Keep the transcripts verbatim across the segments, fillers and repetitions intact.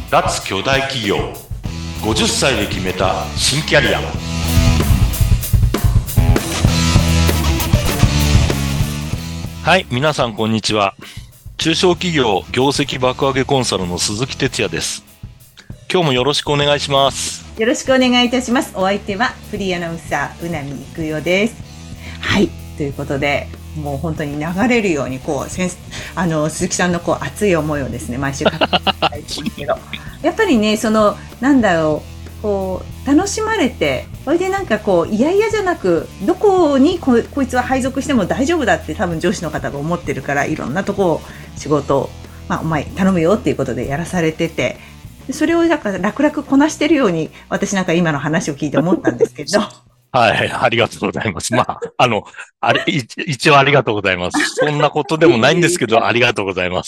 脱巨大企業ごじゅっさいで決めた新キャリア。はい、皆さんこんにちは。中小企業業績爆上げコンサルの鈴木哲也です。今日もよろしくお願いします。 よろしくお願いいたします。お相手はフリーアナウンサーうなみいくよです。はい、ということでもう本当に流れるようにこう先あの鈴木さんのこう熱い思いをですね毎週語っていただいてますけどやっぱりねそのなんだろうこう楽しまれてそれでなんかこういやいやじゃなくどこに こ, こいつは配属しても大丈夫だって多分上司の方が思ってるからいろんなとこ仕事を、まあ、お前頼むよっていうことでやらされててそれをなんか楽々こなしてるように私なんか今の話を聞いて思ったんですけどはい、ありがとうございます。まあ、あの、あれ、一応ありがとうございます。そんなことでもないんですけど、ありがとうございます。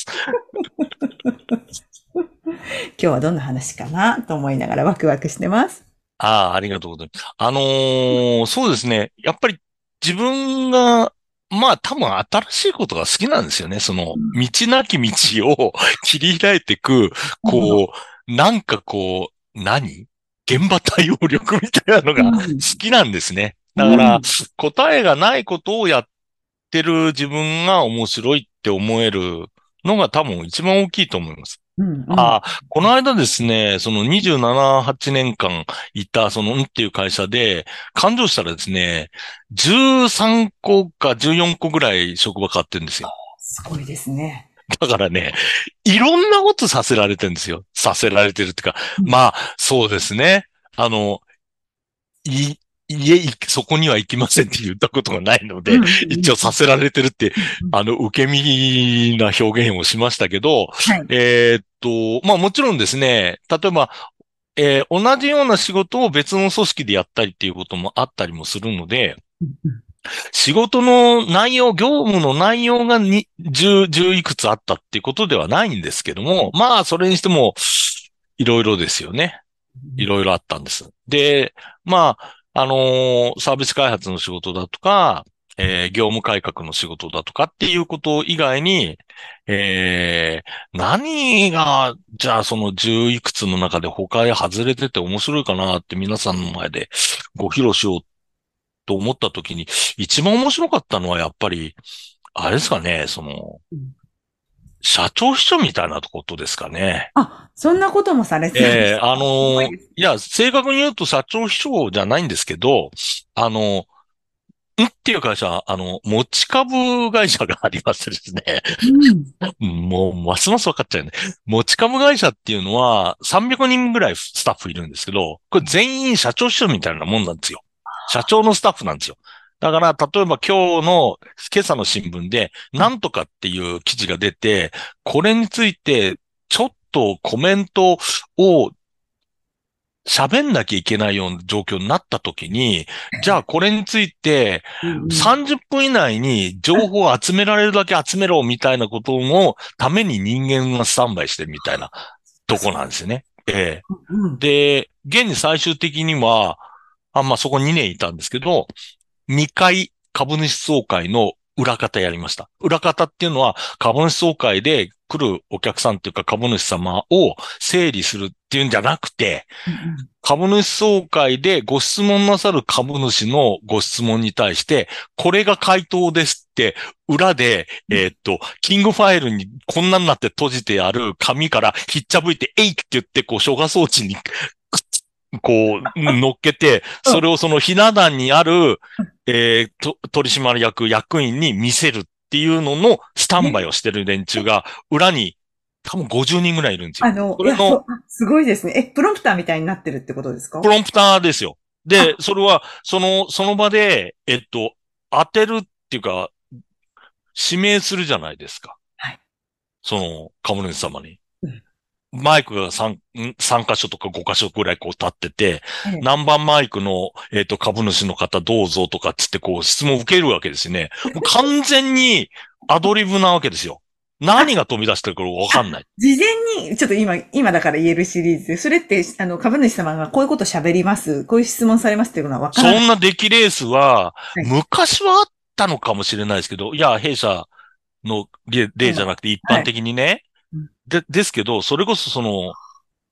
今日はどんな話かなと思いながらワクワクしてます。 ああ、ありがとうございます。あのー、そうですね。やっぱり自分が、まあ多分新しいことが好きなんですよね。その、道なき道を切り開いていく、こう、なんかこう、何現場対応力みたいなのが好きなんですね。だから、答えがないことをやってる自分が面白いって思えるのが多分一番大きいと思います。 うんうん、 あ、この間ですね、そのにじゅうなな、はちねんかんいた、その、んっていう会社で、勘定したらですね、じゅうさんこかじゅうよんこぐらい職場変わってるんですよ。 すごいですね。 だからね、いろんなことさせられてるんですよ。させられてるっていうか、まあ、そうですね。あの、い、家い、そこには行きませんって言ったことがないので、 うんうん、 一応させられてるって、あの、受け身な表現をしましたけど、 はい、 えーっと、まあもちろんですね、例えば、えー同じような仕事を別の組織でやったりっていうこともあったりもするので、仕事の内容、業務の内容がに、十、十いくつあったっていうことではないんですけども、まあそれにしても、いろいろですよね。いろいろあったんです。で、まあ、あのーサービス開発の仕事だとか、えー業務改革の仕事だとかっていうこと以外に、えー何が、じゃあその十いくつの中で他へ外れてて面白いかなって皆さんの前でご披露しようと思った時に、一番面白かったのはやっぱり、あれですかね、その、社長秘書みたいなことですかね。 あ、そんなこともされてたんですか？ ええあのーいや、正確に言うと社長秘書じゃないんですけど、あの、んっていう会社、あの、持ち株会社がありましてですね。 うん、 もう、ますます分かっちゃうね。持ち株会社っていうのは、さんびゃくにんぐらいスタッフいるんですけど、これ全員社長秘書みたいなもんなんですよ。社長のスタッフなんですよ。だから、例えば今日の、今朝の新聞で、なんとかっていう記事が出て、これについて、ちょっとコメントを喋んなきゃいけないような状況になった時に、じゃあこれについてうんうん、 さんじゅっぷん以内に情報を集められるだけ集めろみたいなことのために人間がスタンバイしてるみたいなとこなんですよね。ええ。 うん、 で、現に最終的には、あ、まあ、そこにねんいたんですけど、にかい株主総会の裏方やりました。裏方っていうのは株主総会で来るお客さんっていうか株主様を整理するっていうんじゃなくて、 うん、 株主総会でご質問なさる株主のご質問に対して、これが回答ですって、裏で、えーっと、キングファイルにこんなになって閉じてある紙からひっちゃぶいて、えいって言って、こう、諸画装置にこう、乗っけて、それをそのひな壇にある、えーと、取締役、役員に見せるっていうののスタンバイをしてる連中が、裏に多分ごじゅうにんぐらいいるんですよ。 あの、いや、そそれのう、すごいですね。え、プロンプターみたいになってるってことですか？ プロンプターですよ。で、 あ、 それは、その、その場で、えっと、当てるっていうか、指名するじゃないですか。 はい。 その、株主様に。 うん、 マイクがさん、さん箇所とかご箇所ぐらいこう立ってて、 ええ、 何番マイクの、えっと、株主の方どうぞとかっつってこう質問を受けるわけですよね。もう完全にアドリブなわけですよ。何が飛び出してるかわかんない。 事前に、ちょっと今、今だから言えるシリーズで、それって、あの、株主様がこういうこと喋ります、こういう質問されますっていうのはわからない。 そんな出来レースは、 はい。 昔はあったのかもしれないですけど、いや、弊社の例例じゃなくて一般はい。 的にね。で、ですけど、それこそその、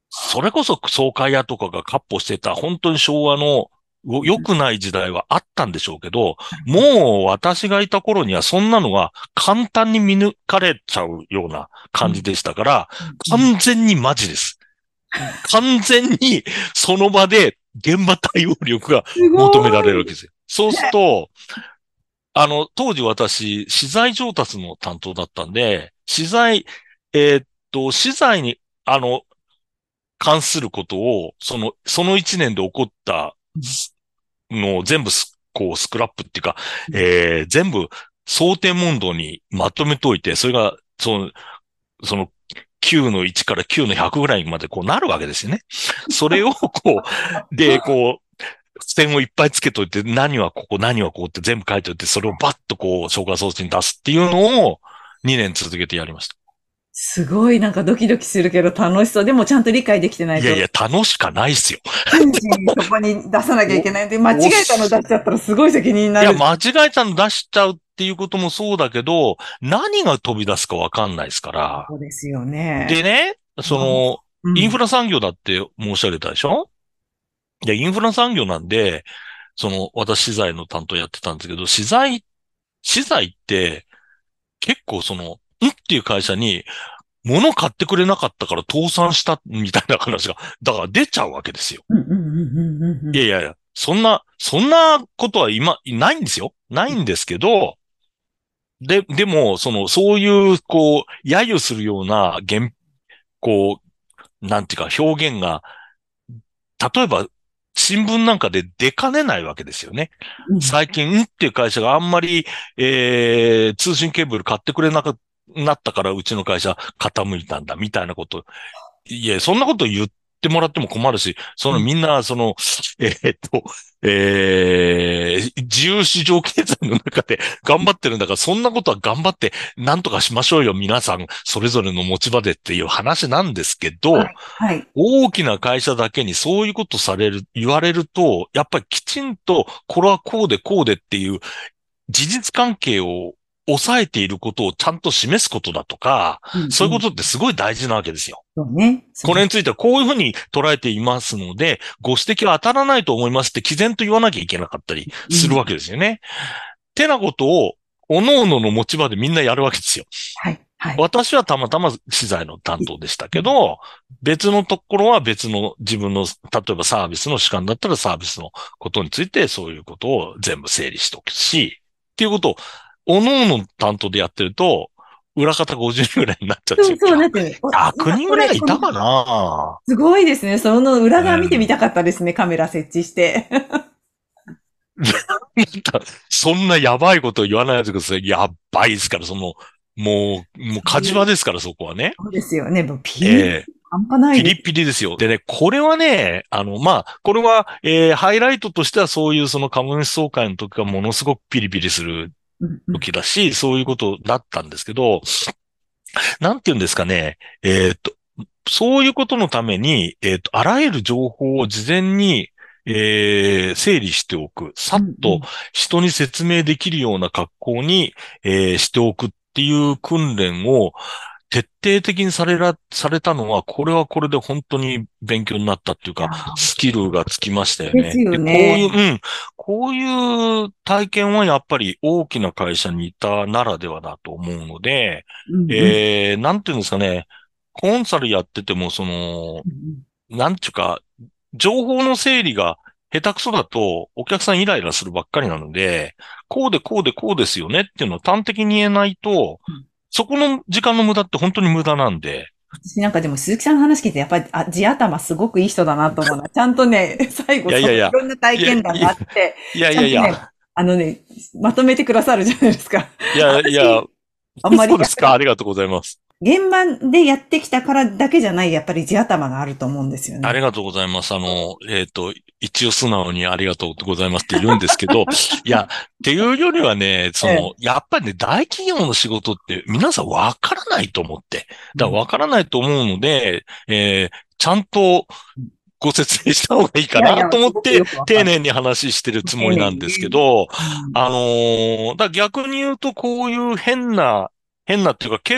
それこそ総会屋とかが闊歩してた本当に昭和の良くない時代はあったんでしょうけど、もう私がいた頃にはそんなのが簡単に見抜かれちゃうような感じでしたから、完全にマジです。完全にその場で現場対応力が求められるわけですよ。そうすると、あの、当時私、資材調達の担当だったんで、資材、えーっと、資材に、あの、関することを、その、その一年で起こったのを全部す、こう、スクラップっていうか、えー、全部、想定問答にまとめといて、それが、その、その、きゅうのいちからきゅうのひゃくぐらいまでこうなるわけですよね。それをこう、で、こう、付箋をいっぱいつけといて、何はここ、何はここって全部書いておいて、それをバッとこう、消化装置に出すっていうのをにねん続けてやりました。 すごいなんかドキドキするけど楽しそう。でもちゃんと理解できてないと。 いやいや、楽しかないっすよ。 瞬時にそこに出さなきゃいけないんで、間違お、おえたの出しちゃったらすごい責任にいや、 なる。 間違えたの出しちゃうっていうこともそうだけど、何が飛び出すかわかんないですから。 そうですよね。 でね、その、 うん。 インフラ産業だって申し上げたでしょ。で、インフラ産業なんで、その、私資材の担当やってたんですけど、資材、資材って結構その、んっていう会社に物買ってくれなかったから倒産したみたいな話が、だから出ちゃうわけですよ。 うんうんうんうんうんうん。 いやいやいや、そんな、そんなことは今、ないんですよ。ないんですけど、で、でも、その、そういう、こう、揶揄するような、原、こう、なんていうか、表現が、例えば、新聞なんかで出かねないわけですよね。 うん。 最近、んっていう会社があんまり、えー、通信ケーブル買ってくれなくなったから、うちの会社傾いたんだ、みたいなこと。いや、そんなこと言ってもらっても困るし、そのみんな、その、えーっと、えー、自由市場経済の中で頑張ってるんだから、そんなことは頑張ってなんとかしましょうよ、皆さん、それぞれの持ち場でっていう話なんですけど、 はい。はい。 大きな会社だけにそういうことされる、言われると、やっぱりきちんと、これはこうでこうでっていう事実関係を抑えていることをちゃんと示すことだとか、 うんうん。 そういうことってすごい大事なわけですよ。 そうね。そうです。 これについてはこういうふうに捉えていますので、ご指摘は当たらないと思いますって毅然と言わなきゃいけなかったりうん。 するわけですよね。てなことを、各々の持ち場でみんなやるわけですよ。 はい。はい。 私はたまたま資材の担当でしたうん。 けど、別のところは別の自分の、例えばサービスの主観だったらサービスのことについてそういうことを全部整理しておくし、っていうことを、各々の担当でやってると、裏方ごじゅうにんぐらいになっちゃうんですよ。 そうそう、なってる。お、 ひゃくにんぐら今これ、この、 いいたかな。 すごいですね。その裏側見てみうん。 たかったですね。カメラ設置して。 なんかそんなやばいことを言わないでください。やばいですから、その、もう、もう火事場ですから、そこはね。 そうですよね。もうピリ、 ええ、 半端ないです。 ピリピリですよ。でね、これはね、あの、まあ、これは、えー、ハイライトとしてはそういうその株主総会の時がものすごくピリピリするうんうん。 時だし、そういうことだったんですけど、なんて言うんですかね、えーっと、そういうことのために、えーっと、あらゆる情報を事前に、えー、整理しておく。さっとうんうん。 人に説明できるような格好に、えーしておくっていう訓練を徹底的にされら、されたのは、これはこれで本当に勉強になったっていういやか、スキルがつきましたよですね。で、こうよね。 いう、うん、こういう体験はやっぱり大きな会社にいたならではだと思うので、 うんうん。 えー、なんていうんですかね、コンサルやってても、その、 うんなんちゅうか、情報の整理が下手くそだとお客さんイライラするばっかりなので、こうでこうでこうですよねっていうのを端的に言えないと、 うん。 そこの時間の無駄って本当に無駄なんで、 私なんかでも鈴木さんの話聞いて、やっぱり、あ、地頭すごくいい人だなと思うな。ちゃんとね、最後、そのいいやいやいや、 ろんな体いや、い験談があって、 やいやいちゃんとね、 や、 あのね、まとめてくださるじゃないですか。 いやいや、 私、あんまり、 そうですか、ありがとうございます。 現場でやってきたからだけじゃない、やっぱり地頭があると思うんですよね。 ありがとうございます。あの、えっと、一応素直にありがとうございますって言うんですけど、いや、っていうよりはね、その、 ええ。 やっぱりね、大企業の仕事って皆さんわからないと思って。だからうん。 わからないと思うので、えーちゃんとご説明した方がいいかないやいや、すごくと思って、 よくわかる。 丁寧に話してるつも丁りなんですけ寧にね。 ど、 うん。 あのーだから逆に言うとこういう変な、変なっていうか、稀有な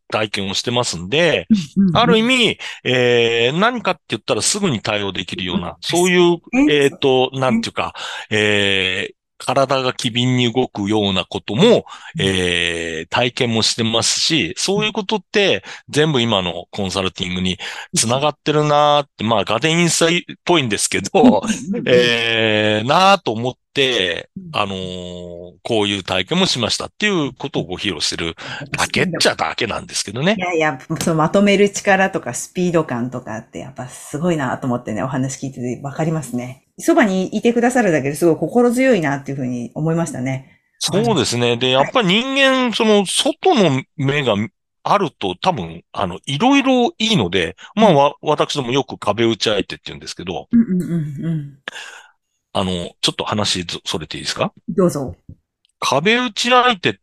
体験をしてますんで、 うんうんうん。 ある意味、えー、何かって言ったらすぐに対応できるような、そういう、 え、 えっそうと、なんね。 ていうか、えー、体が機敏に動くようなことも、えー、体験もしてますし、そういうことって全部今のコンサルティングにつながってるなーって、まあガテンインサイっぽいんですけうんど、 うんうんえー、なーと思って、 うん。 あのーこういう体験もしましたっていうことをご披露してるやっぱだけっスピード。 ちゃだけなんですけどね。 いやいや、そのまとめる力とかスピード感とかってやっぱすごいなと思ってね、お話聞いててわかりますね。そばにいてくださるだけですごい心強いなっていうふうに思いましたね。お話。 そうですね。で、やはい。 っぱり人間、その、外の目があると多分、あの、いろいろいいので、まあ、 うん。 わ、私どもよく壁打ち相手って言うんですけど、 うんうんうんうん。 あの、ちょっと話ずそれていいですか？ どうぞ。 壁打ち相手って、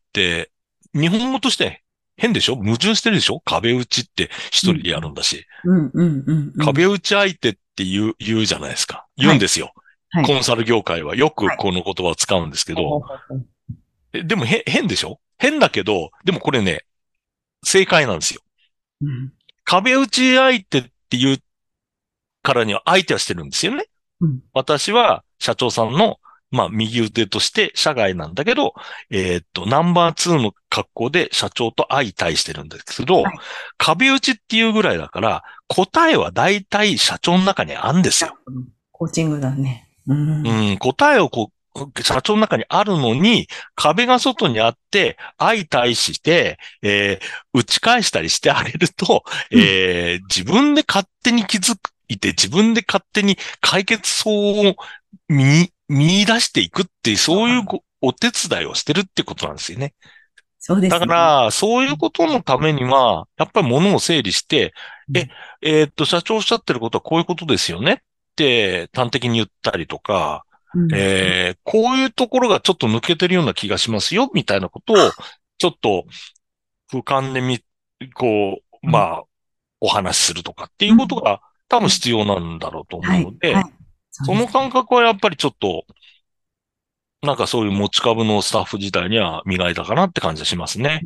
日本語として変でしょ？矛盾してるでしょ？壁打ちって一うん。 人でやるんだし。 うんうんうんうん。 壁打ち相手って言う、言うじゃないですか。言うはい。 んですよ。 はい。 コンサル業界はよくはい。 この言葉を使うんですけど、 ほうほうほうほう。 えでもへ変でしょ？変だけど、でもこれね、正解なんですよ。 うん。 壁打ち相手っていうからには相手はしてるんですよね。 うん。 私は社長さんの、まあ、右腕として社外なんだけど、えーっと、ナンバーツーの格好で社長と相対してるんですけど、 はい。 壁打ちっていうぐらいだから、答えは大体社長の中にあるんですよ。 なるほど。コーチングだね。うん。 うん、答えをこう、社長の中にあるのに、壁が外にあって、相対して、えー打ち返したりしてあげると、 うん。 えー自分で勝手に気づいて、自分で勝手に解決法を見、見出していくっていう、そういうごお手伝いをしてるってことなんですよね。だそうですね。 から、そういうことのためには、やっぱり物を整理して、え、 うん。 えーっと、社長おっしゃってることはこういうことですよねって端的に言ったりとか、 うん。 えー、こういうところがちょっと抜けてるような気がしますよ、みたいなことを、ちょっと俯瞰でみ、こう、 うん。 まあ、お話しするとかっていうん。 うことが多分うん。 必要なんだろうと思はい。 うので、 はい。そうそのですね。 感覚はやっぱりちょっと、なんかそういう持ち株のスタッフ時代には磨いたかなって感じがしますね。 うん、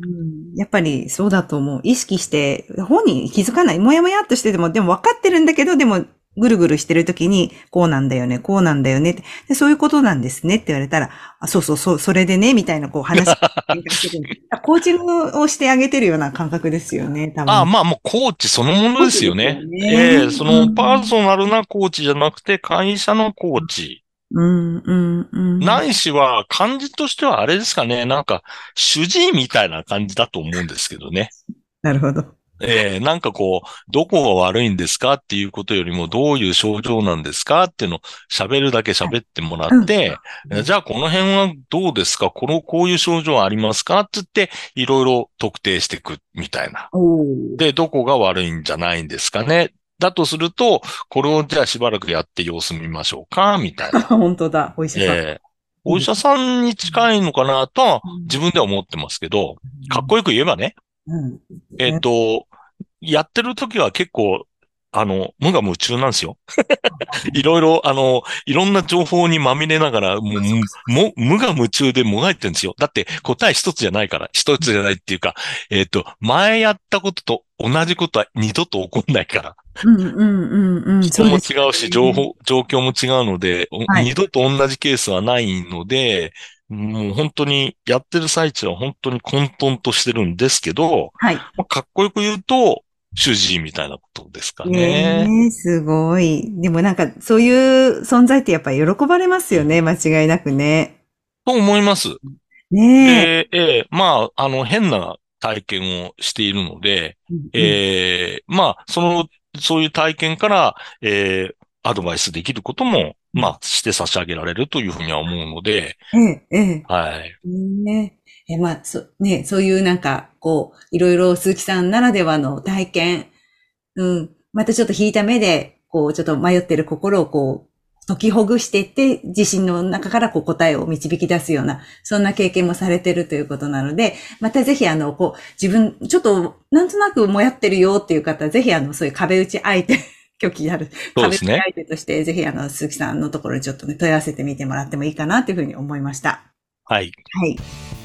やっぱりそうだと思う。意識して、本人気づかない。もやもやっとしてても、でも分かってるんだけど、でも、ぐるぐるしてるときに、こうなんだよね、こうなんだよねってで、そういうことなんですねって言われたら、あ、そうそうそう、それでね、みたいなこう話が展開してくる。コーチングをしてあげてるような感覚ですよね、多ああ、 分。 まあもうコーチそのものでコーチですよすよね。 ね。 ええ、そうのパーん。 ソナルなコーチじゃなくて会社のコーチ。 うん、うん、うん。 ないしは漢字としてはあれですかね。なんか主治医みたいな感じだと思うんですけどね。 なるほど。 ええ、なんかこう、どこが悪いんですかっていうことよりも、どういう症状なんですかっていうのを喋るだけはい。 喋ってもらっうん。 て、えじゃあこの辺はどうですか？この、こういう症状はありますかって言って、いろいろ特定していくみたいな。 おー。 で、どこが悪いんじゃないんですかね。だとすると、これをじゃあしばらくやって様子見ましょうかみたいな。 本当だ。お医者さん。 ええ、 いいです。 お医者さんに近いのかなとはうん。 自分では思ってますけど、かっこうん。 よく言えばね、 うん。 えっね。 と、やってる時は結構、あの、無我夢中なんですよ。いろいろ、あの、いろんな情報にまみれながら、もう、も、無我夢中でもがいてるんですよ。だって答え一つじゃないから、一つじゃないっていうか、えっと、前やったことと同じことは二度と起こんないから。 うんうんうんうん。 人もそうですよ違うし、情ね。 報、状況も違うので、おはい。 二度と同じケースはないので、もう本当にやってる最中は本当に混沌としてるんですけど、 はい。 まあ、かっこよく言うと、主治医みたいなことですかね。 ねえ、すごい。でもなんか、そういう存在ってやっぱり喜ばれますよね。間違いなくね。 と思います。 ねえ。 で、えーまあ、あの、変な体験をしているので、 うんうん。 えーまあ、その、そういう体験から、えーアドバイスできることも、 うん。 まあ、して差し上げられるというふうには思うので、 ええ、ええ。 はい。 ねえ。え、まあ、そ、ね、そういうなんか、こう、いろいろ鈴木さんならではの体験、うん。またちょっと引いた目で、こう、ちょっと迷ってる心をこう、解きほぐしていって、自身の中からこう答えを導き出すような、そんな経験もされてるということなので、またぜひあの、こう、自分、ちょっと、なんとなくもやってるよっていう方、ぜひあの、そういう壁打ち相手、狂気ある、壁打ちそうですね。 相手として、ぜひあの、鈴木さんのところにちょっとね、問い合わせてみてもらってもいいかなというふうに思いました。 はい。 はい。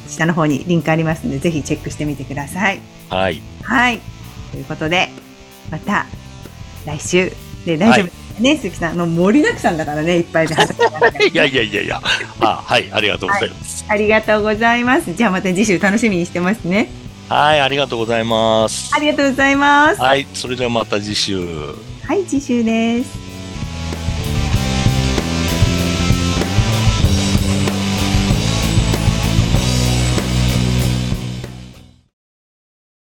下の方にリンクありますので、ぜひチェックしてみてください。 はい。 はい。ということで、また来週で大丈夫ですね、鈴木さん。の盛りだくさんだからね、いっぱいで話してますからね。 いやいやいやいや。あ、はい、ありがとうございます。 ありがとうございます。じゃあまた次週楽しみにしてますね。 はい、ありがとうございます。 ありがとうございます。 はい、それではまた次週。 はい、次週です。